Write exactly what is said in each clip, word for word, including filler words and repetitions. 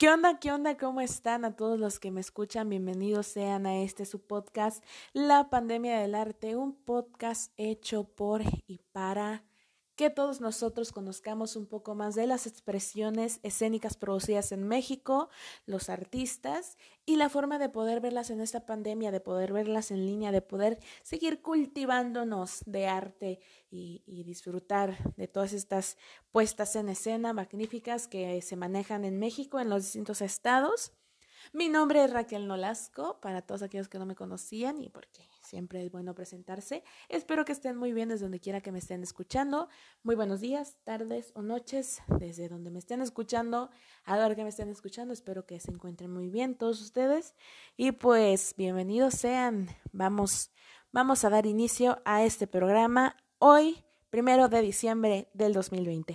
¿Qué onda? ¿Qué onda? ¿Cómo están a todos los que me escuchan? Bienvenidos sean a este su podcast, La Pandemia del Arte, un podcast hecho por y para que todos nosotros conozcamos un poco más de las expresiones escénicas producidas en México, los artistas y la forma de poder verlas en esta pandemia, de poder verlas en línea, de poder seguir cultivándonos de arte y, y disfrutar de todas estas puestas en escena magníficas que se manejan en México, en los distintos estados. Mi nombre es Raquel Nolasco, para todos aquellos que no me conocían y porque siempre es bueno presentarse. Espero que estén muy bien desde donde quiera que me estén escuchando. Muy buenos días, tardes o noches desde donde me estén escuchando, a la hora que me estén escuchando. Espero que se encuentren muy bien todos ustedes y pues bienvenidos sean. Vamos, vamos a dar inicio a este programa hoy, primero de diciembre del dos mil veinte.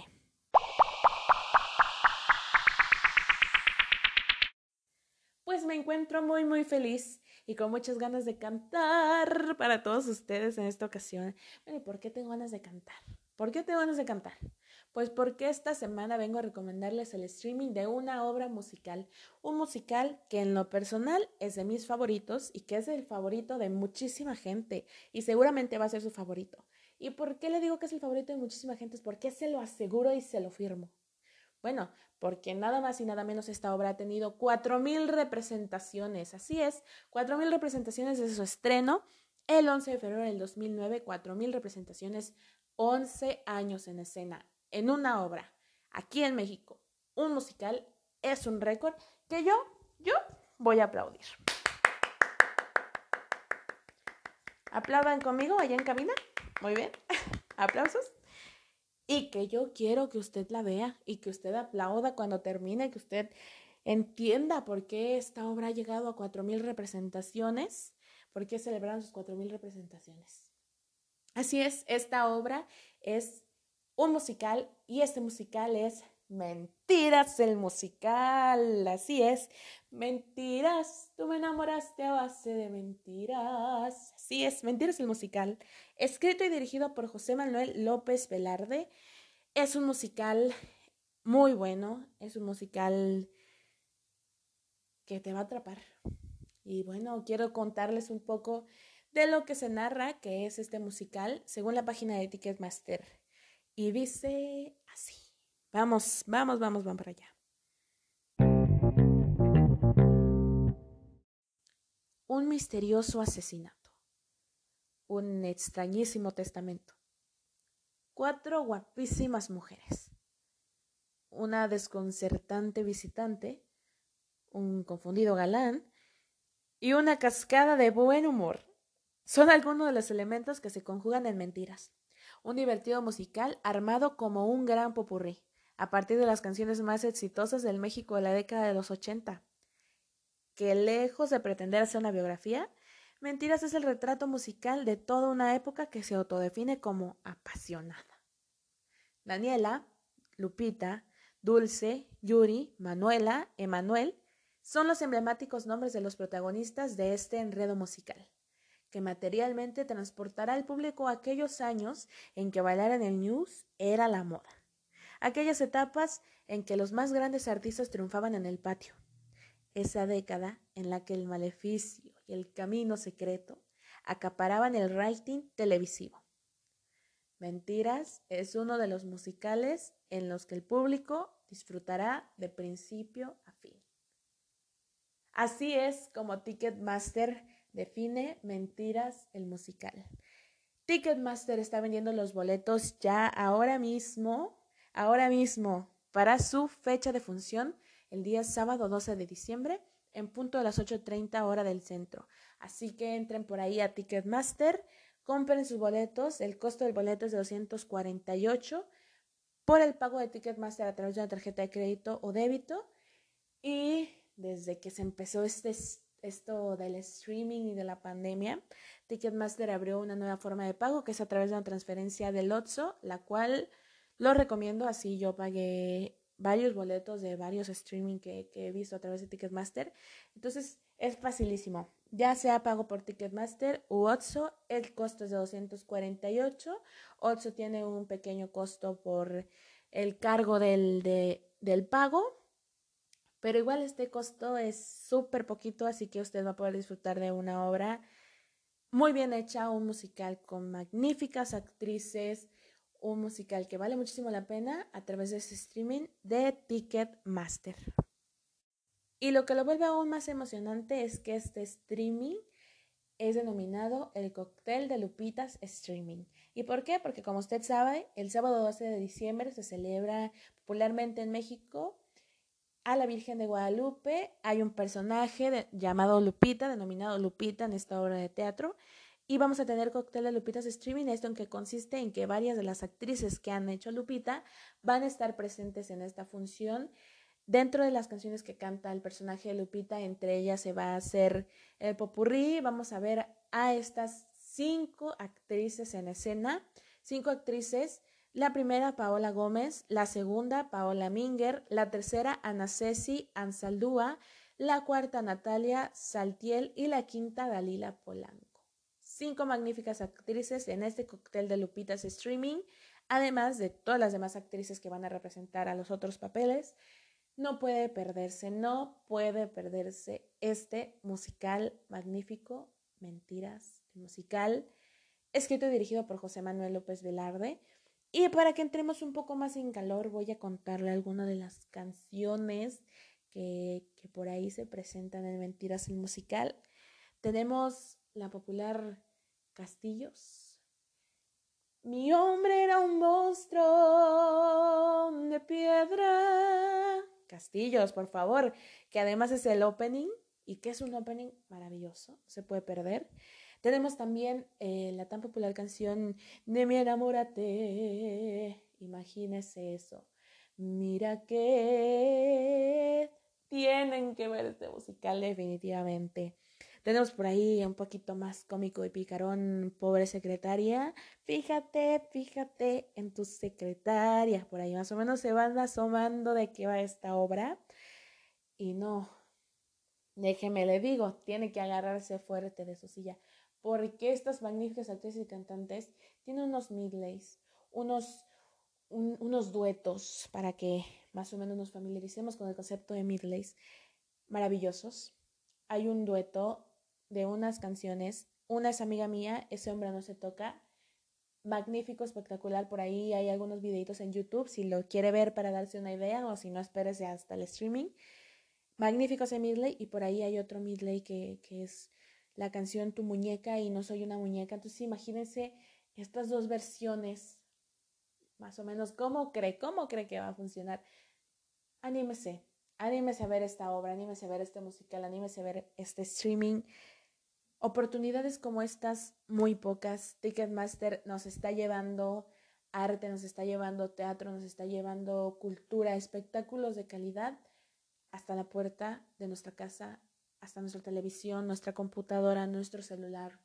Pues me encuentro muy muy feliz y con muchas ganas de cantar para todos ustedes en esta ocasión. Bueno, ¿y por qué tengo ganas de cantar? ¿Por qué tengo ganas de cantar? Pues porque esta semana vengo a recomendarles el streaming de una obra musical. Un musical que en lo personal es de mis favoritos y que es el favorito de muchísima gente y seguramente va a ser su favorito. ¿Y por qué le digo que es el favorito de muchísima gente? Es porque se lo aseguro y se lo firmo. Bueno, porque nada más y nada menos esta obra ha tenido cuatro mil representaciones, así es, cuatro mil representaciones desde su estreno el once de febrero del dos mil nueve, cuatro mil representaciones, once años en escena, en una obra, aquí en México, un musical, es un récord que yo, yo voy a aplaudir. ¿Aplaudan conmigo allá en cabina? Muy bien, aplausos. Y que yo quiero que usted la vea y que usted aplauda cuando termine, que usted entienda por qué esta obra ha llegado a cuatro mil representaciones, por qué celebraron sus cuatro mil representaciones. Así es, esta obra es un musical y este musical es Mentiras el musical, así es, Mentiras, tú me enamoraste a base de mentiras, así es, Mentiras el musical, escrito y dirigido por José Manuel López Velarde. Es un musical muy bueno, es un musical que te va a atrapar. Y bueno, quiero contarles un poco de lo que se narra, que es este musical, según la página de Ticketmaster. Y dice así. Vamos, vamos, vamos, vamos para allá. Un misterioso asesinato. Un extrañísimo testamento. Cuatro guapísimas mujeres. Una desconcertante visitante. Un confundido galán. Y una cascada de buen humor. Son algunos de los elementos que se conjugan en Mentiras, un divertido musical armado como un gran popurrí, a partir de las canciones más exitosas del México de la década de los ochenta. Que lejos de pretender ser una biografía, Mentiras es el retrato musical de toda una época que se autodefine como apasionada. Daniela, Lupita, Dulce, Yuri, Manuela, Emanuel son los emblemáticos nombres de los protagonistas de este enredo musical, que materialmente transportará al público a aquellos años en que bailar en el news era la moda. Aquellas etapas en que los más grandes artistas triunfaban en el patio. Esa década en la que el maleficio y el camino secreto acaparaban el rating televisivo. Mentiras es uno de los musicales en los que el público disfrutará de principio a fin. Así es como Ticketmaster define Mentiras el musical. Ticketmaster está vendiendo los boletos ya ahora mismo, ahora mismo, para su fecha de función, el día sábado doce de diciembre, en punto de las ocho treinta hora del centro. Así que entren por ahí a Ticketmaster, compren sus boletos, el costo del boleto es de doscientos cuarenta y ocho por el pago de Ticketmaster a través de una tarjeta de crédito o débito. Y desde que se empezó este esto del streaming y de la pandemia, Ticketmaster abrió una nueva forma de pago que es a través de una transferencia del Oxxo, la cual lo recomiendo. Así yo pagué varios boletos de varios streaming que, que he visto a través de Ticketmaster. Entonces es facilísimo. Ya sea pago por Ticketmaster u Oxxo, el costo es de doscientos cuarenta y ocho. Oxxo tiene un pequeño costo por el cargo del, de, del pago, Pero igual este costo es súper poquito, así que usted va a poder disfrutar de una obra muy bien hecha, un musical con magníficas actrices, un musical que vale muchísimo la pena a través de ese streaming de Ticketmaster. Y lo que lo vuelve aún más emocionante es que este streaming es denominado el cóctel de Lupitas Streaming. ¿Y por qué? Porque como usted sabe, el sábado doce de diciembre se celebra popularmente en México a la Virgen de Guadalupe. Hay un personaje de, llamado Lupita, denominado Lupita en esta obra de teatro. Y vamos a tener cóctel de Lupitas Streaming, esto en que consiste en que varias de las actrices que han hecho Lupita van a estar presentes en esta función. Dentro de las canciones que canta el personaje de Lupita, entre ellas se va a hacer el popurrí. Vamos a ver a estas cinco actrices en escena, cinco actrices. La primera, Paola Gómez, la segunda, Paola Minger, la tercera, Ana Ceci Ansaldúa, la cuarta, Natalia Saltiel y la quinta, Dalila Polanco. Cinco magníficas actrices en este cóctel de Lupitas Streaming, además de todas las demás actrices que van a representar a los otros papeles. No puede perderse, no puede perderse este musical magnífico, Mentiras, el musical, escrito y dirigido por José Manuel López Velarde. Y para que entremos un poco más en calor, voy a contarle algunas de las canciones que, que por ahí se presentan en Mentiras, el musical. Tenemos la popular Castillos. Mi hombre era un monstruo de piedra. Castillos, por favor, que además es el opening y que es un opening maravilloso, no se puede perder. Tenemos también eh, la tan popular canción de Mi enamórate. Imagínese eso. Mira que tienen que ver este musical definitivamente. Tenemos por ahí un poquito más cómico y picarón, Pobre secretaria. Fíjate, fíjate en tu secretaria. Por ahí más o menos se van asomando de qué va esta obra. Y no, déjeme le digo, tiene que agarrarse fuerte de su silla. Porque estas magníficas actrices y cantantes tienen unos medleys, unos, un, unos duetos, para que más o menos nos familiaricemos con el concepto de medleys maravillosos. Hay un dueto de unas canciones. Una es Amiga Mía, Ese Hombre No Se Toca. Magnífico, espectacular. Por ahí hay algunos videitos en YouTube si lo quiere ver para darse una idea, o si no, espérese hasta el streaming. Magnífico ese medley. Y por ahí hay otro medley que, que es la canción Tu Muñeca y No Soy Una Muñeca. Entonces imagínense estas dos versiones, más o menos. ¿Cómo cree? ¿Cómo cree que va a funcionar? Anímese, anímese a ver esta obra, anímese a ver este musical, anímese a ver este streaming. Oportunidades como estas, muy pocas. Ticketmaster nos está llevando arte, nos está llevando teatro, nos está llevando cultura, espectáculos de calidad hasta la puerta de nuestra casa, hasta nuestra televisión, nuestra computadora, nuestro celular.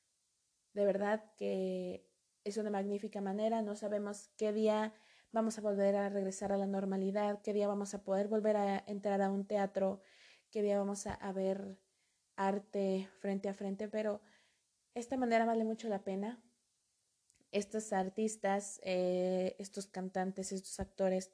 De verdad que es una magnífica manera. No sabemos qué día vamos a volver a regresar a la normalidad, qué día vamos a poder volver a entrar a un teatro, qué día vamos a, a ver arte frente a frente, pero esta manera vale mucho la pena. Estos artistas, eh, estos cantantes, estos actores,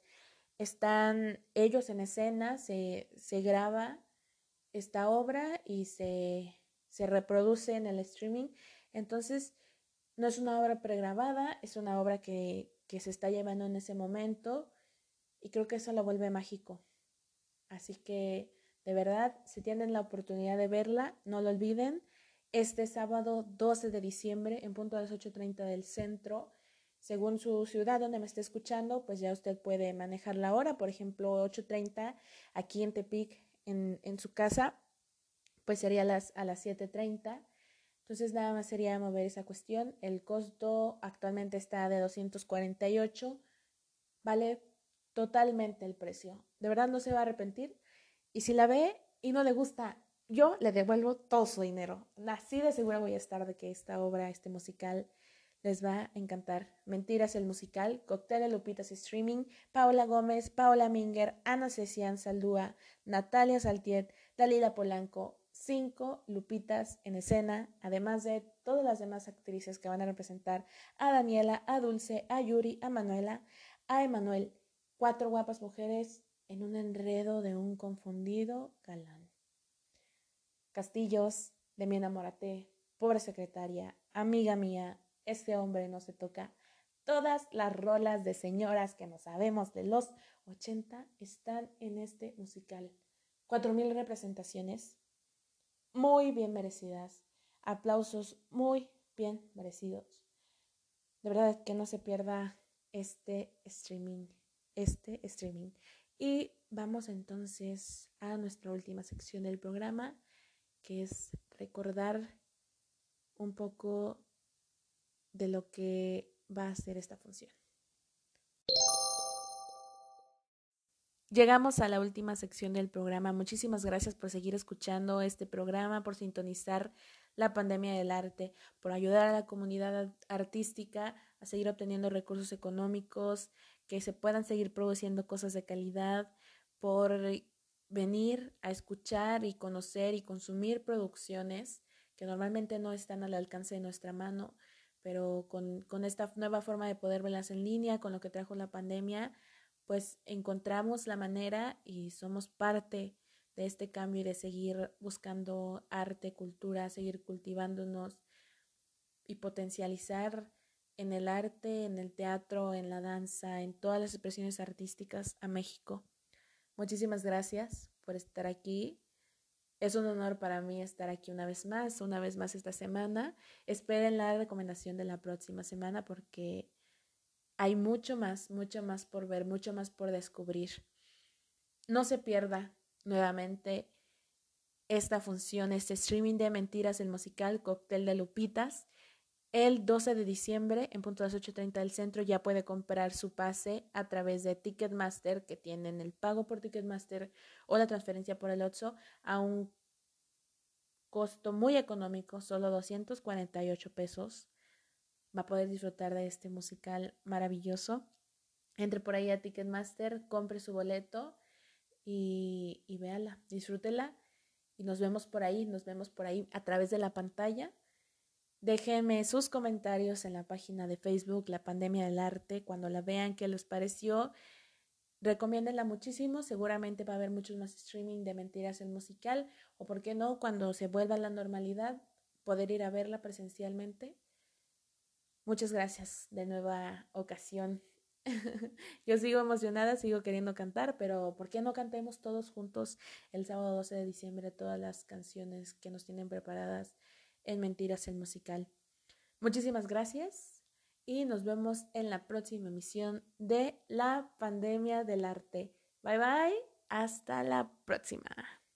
están ellos en escena, se, se graba esta obra y se, se reproduce en el streaming. Entonces, no es una obra pregrabada, es una obra que, que se está llevando en ese momento y creo que eso lo vuelve mágico. Así que, de verdad, si tienen la oportunidad de verla, no lo olviden. Este sábado doce de diciembre, en punto a las ocho treinta del centro, según su ciudad donde me esté escuchando, pues ya usted puede manejar la hora. Por ejemplo, ocho treinta aquí en Tepic, en, en su casa, pues sería a las, a las siete treinta. Entonces nada más sería mover esa cuestión. El costo actualmente está de doscientos cuarenta y ocho. Vale totalmente el precio. De verdad no se va a arrepentir. Y si la ve y no le gusta, yo le devuelvo todo su dinero. Así de segura voy a estar de que esta obra, este musical, les va a encantar. Mentiras, el musical, Cóctel de Lupitas Streaming, Paola Gómez, Paola Minger, Ana Cecian Saldúa, Natalia Saltier, Dalila Polanco, cinco Lupitas en escena, además de todas las demás actrices que van a representar a Daniela, a Dulce, a Yuri, a Manuela, a Emanuel. Cuatro guapas mujeres en un enredo de un confundido galán. Castillos, de mi enamorate, pobre secretaria, amiga mía, ese hombre no se toca. Todas las rolas de señoras que no sabemos de los ochenta están en este musical. Cuatro mil representaciones, muy bien merecidas. Aplausos muy bien merecidos. De verdad que no se pierda este streaming, este streaming. Y vamos entonces a nuestra última sección del programa, que es recordar un poco de lo que va a ser esta función. Llegamos a la última sección del programa. Muchísimas gracias por seguir escuchando este programa, por sintonizar la pandemia del arte, por ayudar a la comunidad artística a seguir obteniendo recursos económicos, que se puedan seguir produciendo cosas de calidad, por venir a escuchar y conocer y consumir producciones que normalmente no están al alcance de nuestra mano, pero con, con esta nueva forma de poder verlas en línea, con lo que trajo la pandemia, pues encontramos la manera y somos parte de este cambio y de seguir buscando arte, cultura, seguir cultivándonos y potencializar en el arte, en el teatro, en la danza, en todas las expresiones artísticas a México. Muchísimas gracias por estar aquí. Es un honor para mí estar aquí una vez más, una vez más esta semana. Esperen la recomendación de la próxima semana porque hay mucho más, mucho más por ver, mucho más por descubrir. No se pierda nuevamente esta función, este streaming de Mentiras, el musical Cóctel de Lupitas. El doce de diciembre, en punto de las ocho treinta del centro, ya puede comprar su pase a través de Ticketmaster, que tienen el pago por Ticketmaster o la transferencia por el Oxxo a un costo muy económico, solo doscientos cuarenta y ocho pesos. Va a poder disfrutar de este musical maravilloso. Entre por ahí a Ticketmaster, compre su boleto y, y véala, disfrútela y nos vemos por ahí, nos vemos por ahí a través de la pantalla. Déjenme sus comentarios en la página de Facebook, La Pandemia del Arte, cuando la vean, qué les pareció. Recomiéndenla muchísimo, seguramente va a haber muchos más streaming de Mentiras el musical, o por qué no, cuando se vuelva a la normalidad, poder ir a verla presencialmente. Muchas gracias de nueva ocasión. Yo sigo emocionada, sigo queriendo cantar, pero ¿por qué no cantemos todos juntos el sábado doce de diciembre todas las canciones que nos tienen preparadas en Mentiras el musical? Muchísimas gracias y nos vemos en la próxima emisión de La Pandemia del Arte. Bye bye, hasta la próxima.